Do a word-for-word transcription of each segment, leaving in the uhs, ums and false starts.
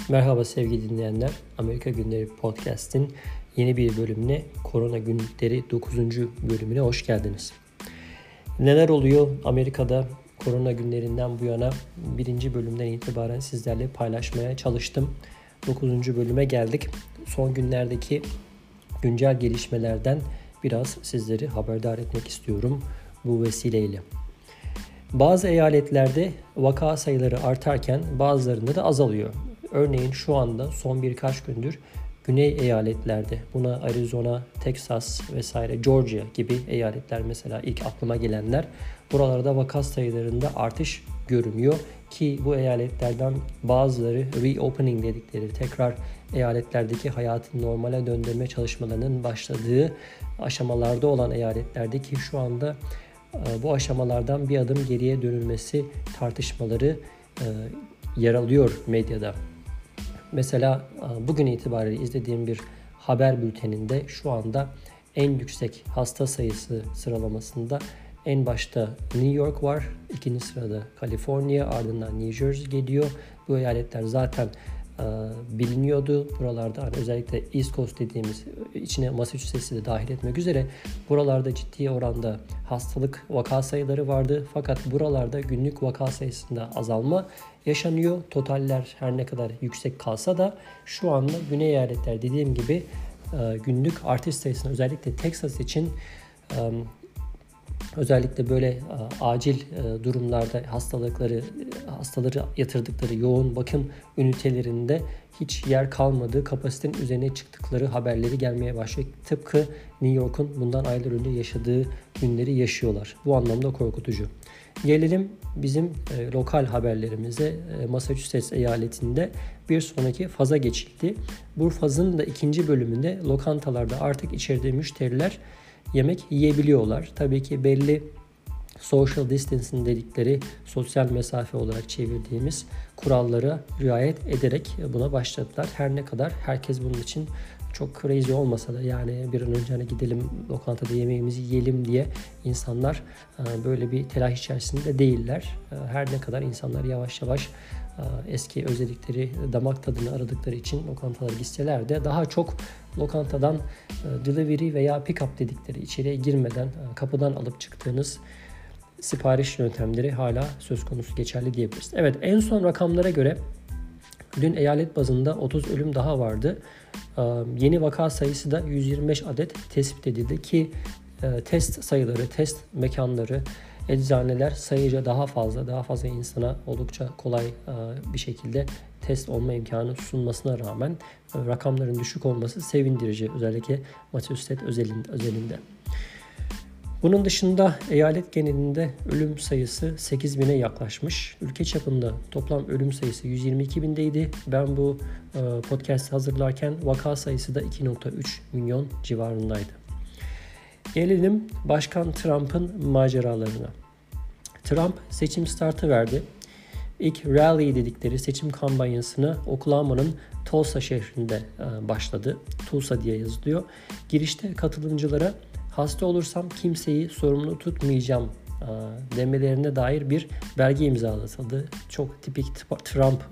Merhaba sevgili dinleyenler. Amerika Günleri Podcast'in yeni bir bölümüne, Korona Günlükleri dokuzuncu bölümüne hoş geldiniz. Neler oluyor Amerika'da Korona günlerinden bu yana birinci bölümden itibaren sizlerle paylaşmaya çalıştım. dokuzuncu bölüme geldik. Son günlerdeki güncel gelişmelerden biraz sizleri haberdar etmek istiyorum bu vesileyle. Bazı eyaletlerde vaka sayıları artarken bazılarında da azalıyor. Örneğin şu anda son birkaç gündür güney eyaletlerde, buna Arizona, Texas vesaire, Georgia gibi eyaletler mesela ilk aklıma gelenler, buralarda vaka sayılarında artış görünüyor ki bu eyaletlerden bazıları reopening dedikleri, tekrar eyaletlerdeki hayatın normale döndürme çalışmalarının başladığı aşamalarda olan eyaletlerdeki şu anda bu aşamalardan bir adım geriye dönülmesi tartışmaları yer alıyor medyada. Mesela bugün itibariyle izlediğim bir haber bülteninde şu anda en yüksek hasta sayısı sıralamasında en başta New York var, ikinci sırada Kaliforniya, ardından New Jersey geliyor. Bu eyaletler zaten e, biliniyordu. Buralarda hani özellikle East Coast dediğimiz, içine Massachusetts'i de dahil etmek üzere buralarda ciddi oranda hastalık vaka sayıları vardı. Fakat buralarda günlük vaka sayısında azalma yaşanıyor. Totaller her ne kadar yüksek kalsa da şu anda güney eyaletler dediğim gibi e, günlük artış sayısını özellikle Texas için e, özellikle böyle e, acil e, durumlarda hastalıkları hastaları yatırdıkları yoğun bakım ünitelerinde hiç yer kalmadığı, kapasitenin üzerine çıktıkları haberleri gelmeye başlıyor. Tıpkı New York'un bundan aylar önce yaşadığı günleri yaşıyorlar. Bu anlamda korkutucu. Gelelim bizim e, lokal haberlerimize. E, Massachusetts eyaletinde bir sonraki faza geçildi. Bu fazın da ikinci bölümünde lokantalarda artık içeride müşteriler yemek yiyebiliyorlar. Tabii ki belli social distancing dedikleri, sosyal mesafe olarak çevirdiğimiz kurallara riayet ederek buna başladılar. Her ne kadar herkes bunun için çok crazy olmasa da, yani bir an önce hani gidelim lokantada yemeğimizi yiyelim diye insanlar böyle bir telaş içerisinde değiller. Her ne kadar insanlar yavaş yavaş eski özledikleri damak tadını aradıkları için lokantalara gitseler de daha çok lokantadan delivery veya pick up dedikleri, içeriye girmeden kapıdan alıp çıktığınız sipariş yöntemleri hala söz konusu, geçerli diyebiliriz. Evet, en son rakamlara göre dün eyalet bazında otuz ölüm daha vardı. Yeni vaka sayısı da yüz yirmi beş adet tespit edildi ki test sayıları, test mekanları, eczaneler sayıca daha fazla, daha fazla insana oldukça kolay bir şekilde test olma imkanı sunmasına rağmen rakamların düşük olması sevindirici, özellikle Massachusetts özelinde. Bunun dışında eyalet genelinde ölüm sayısı sekiz bine yaklaşmış. Ülke çapında toplam ölüm sayısı yüz yirmi iki bindeydi. Ben bu podcast hazırlarken vaka sayısı da iki virgül üç milyon civarındaydı. Gelelim Başkan Trump'ın maceralarına. Trump seçim startı verdi. İlk rally dedikleri seçim kampanyasını Oklahoma'nın Tulsa şehrinde başladı. Tulsa diye yazılıyor. Girişte katılımcılara hasta olursam kimseyi sorumlu tutmayacağım demelerine dair bir belge imzalatıldı. Çok tipik Trump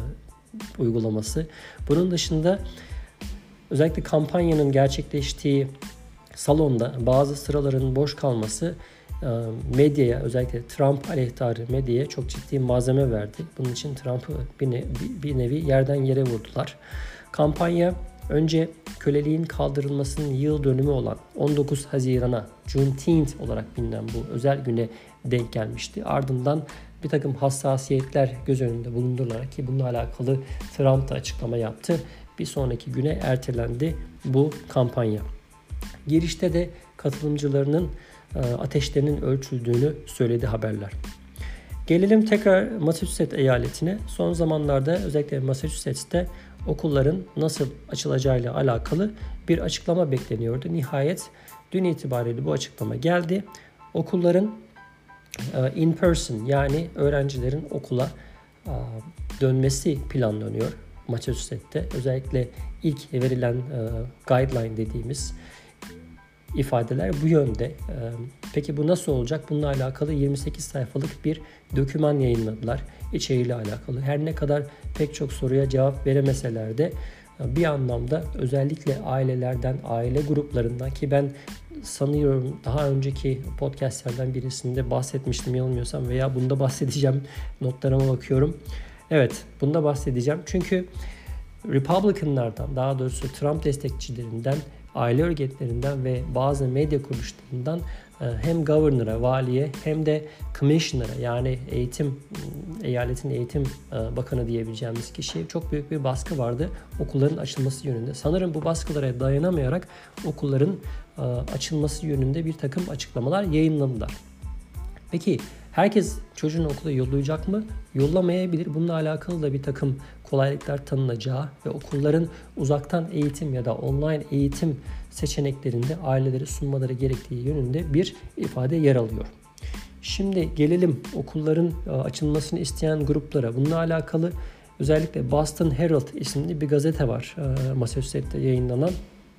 uygulaması. Bunun dışında özellikle kampanyanın gerçekleştiği salonda bazı sıraların boş kalması medyaya, özellikle Trump aleyhtarı medyaya çok ciddi malzeme verdi. Bunun için Trump'ı bir nevi, bir nevi yerden yere vurdular. Kampanya önce köleliğin kaldırılmasının yıl dönümü olan on dokuz Haziran'a, Juneteenth olarak bilinen bu özel güne denk gelmişti. Ardından bir takım hassasiyetler göz önünde bulundurularak, ki bununla alakalı Trump da açıklama yaptı, bir sonraki güne ertelendi bu kampanya. Girişte de katılımcılarının ateşlerinin ölçüldüğünü söyledi haberler. Gelelim tekrar Massachusetts eyaletine. Son zamanlarda özellikle Massachusetts'te okulların nasıl açılacağıyla alakalı bir açıklama bekleniyordu. Nihayet dün itibariyle bu açıklama geldi. Okulların in person, yani öğrencilerin okula dönmesi planlanıyor Massachusetts'te. Özellikle ilk verilen guideline dediğimiz ifadeler bu yönde. Peki bu nasıl olacak? Bununla alakalı yirmi sekiz sayfalık bir doküman yayınladılar içeriğiyle alakalı. Her ne kadar pek çok soruya cevap veremeseler de bir anlamda özellikle ailelerden, aile gruplarından, ki ben sanıyorum daha önceki podcastlerden birisinde bahsetmiştim yanılmıyorsam, veya bunda bahsedeceğim, notlarıma bakıyorum. Evet, bunda bahsedeceğim. Çünkü Republicanlardan, daha doğrusu Trump destekçilerinden, aile örgütlerinden ve bazı medya kuruluşlarından hem governor'a, valiye hem de commissioner'a, yani eğitim, eyaletin eğitim bakanı diyebileceğimiz kişiye çok büyük bir baskı vardı okulların açılması yönünde. Sanırım bu baskılara dayanamayarak okulların açılması yönünde bir takım açıklamalar yayınladılar. Peki herkes çocuğunu okula yollayacak mı? Yollamayabilir. Bununla alakalı da bir takım kolaylıklar tanınacağı ve okulların uzaktan eğitim ya da online eğitim seçeneklerinde ailelere sunmaları gerektiği yönünde bir ifade yer alıyor. Şimdi gelelim okulların açılmasını isteyen gruplara. Bununla alakalı özellikle Boston Herald isimli bir gazete var, Massachusetts'te yayınlanan.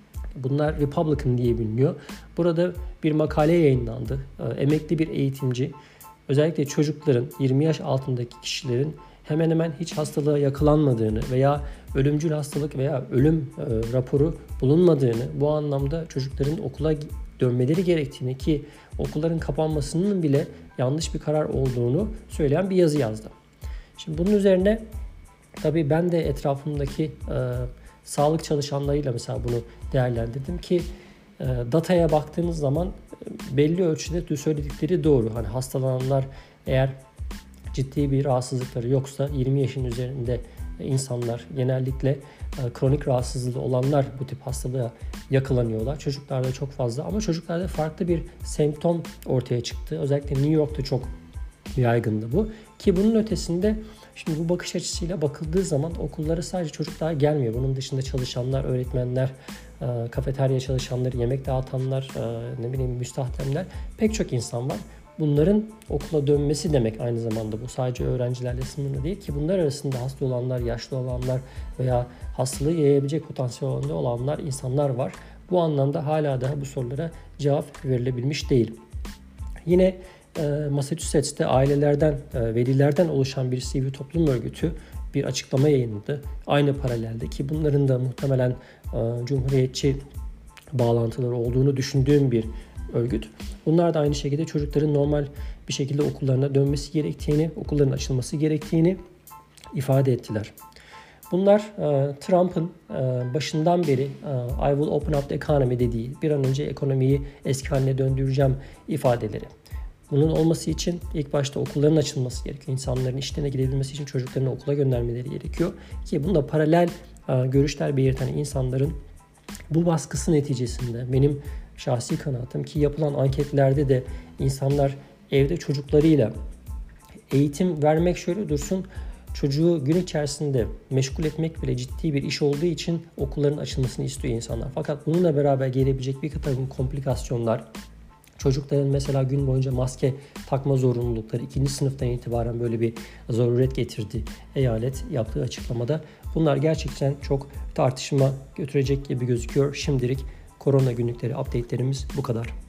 Bunlar Republican diye biliniyor. Burada bir makale yayınlandı. Emekli bir eğitimci özellikle çocukların, yirmi yaş altındaki kişilerin hemen hemen hiç hastalığa yakalanmadığını veya ölümcül hastalık veya ölüm e, raporu bulunmadığını, bu anlamda çocukların okula dönmeleri gerektiğini, ki okulların kapanmasının bile yanlış bir karar olduğunu söyleyen bir yazı yazdı. Şimdi bunun üzerine tabii ben de etrafımdaki e, sağlık çalışanlarıyla mesela bunu değerlendirdim ki e, dataya baktığınız zaman belli ölçüde söyledikleri doğru. Hani hastalananlar eğer ciddi bir rahatsızlıkları yoksa, yirmi yaşın üzerinde insanlar, genellikle e, kronik rahatsızlığı olanlar bu tip hastalığa yakalanıyorlar. Çocuklarda çok fazla, ama çocuklarda farklı bir semptom ortaya çıktı. Özellikle New York'ta çok yaygındı bu. Ki bunun ötesinde şimdi bu bakış açısıyla bakıldığı zaman okullara sadece çocuklar gelmiyor. Bunun dışında çalışanlar, öğretmenler, e, kafeterya çalışanları, yemek dağıtanlar, e, ne bileyim müstahdemler, pek çok insan var. Bunların okula dönmesi demek aynı zamanda bu. Sadece öğrencilerle sınırlı değil ki, bunlar arasında hasta olanlar, yaşlı olanlar veya hastalığı yayabilecek potansiyelinde olanlar, insanlar var. Bu anlamda hala daha bu sorulara cevap verilebilmiş değil. Yine Massachusetts'te ailelerden, velilerden oluşan bir sivil toplum örgütü bir açıklama yayınladı. Aynı paralelde, ki bunların da muhtemelen cumhuriyetçi bağlantıları olduğunu düşündüğüm bir örgüt. Bunlar da aynı şekilde çocukların normal bir şekilde okullarına dönmesi gerektiğini, okulların açılması gerektiğini ifade ettiler. Bunlar Trump'ın başından beri I will open up the economy dediği, bir an önce ekonomiyi eski haline döndüreceğim ifadeleri. Bunun olması için ilk başta okulların açılması gerekiyor. İnsanların işlerine gidebilmesi için çocuklarını okula göndermeleri gerekiyor. Ki bunda paralel görüşler belirten insanların bu baskısı neticesinde benim şahsi kanaatim, ki yapılan anketlerde de insanlar evde çocuklarıyla eğitim vermek şöyle dursun, çocuğu gün içerisinde meşgul etmek bile ciddi bir iş olduğu için okulların açılmasını istiyor insanlar. Fakat bununla beraber gelebilecek bir takım komplikasyonlar, çocukların mesela gün boyunca maske takma zorunlulukları, ikinci sınıftan itibaren böyle bir zaruret getirdi eyalet yaptığı açıklamada. Bunlar gerçekten çok tartışma götürecek gibi gözüküyor. Şimdilik korona günlükleri update'lerimiz bu kadar.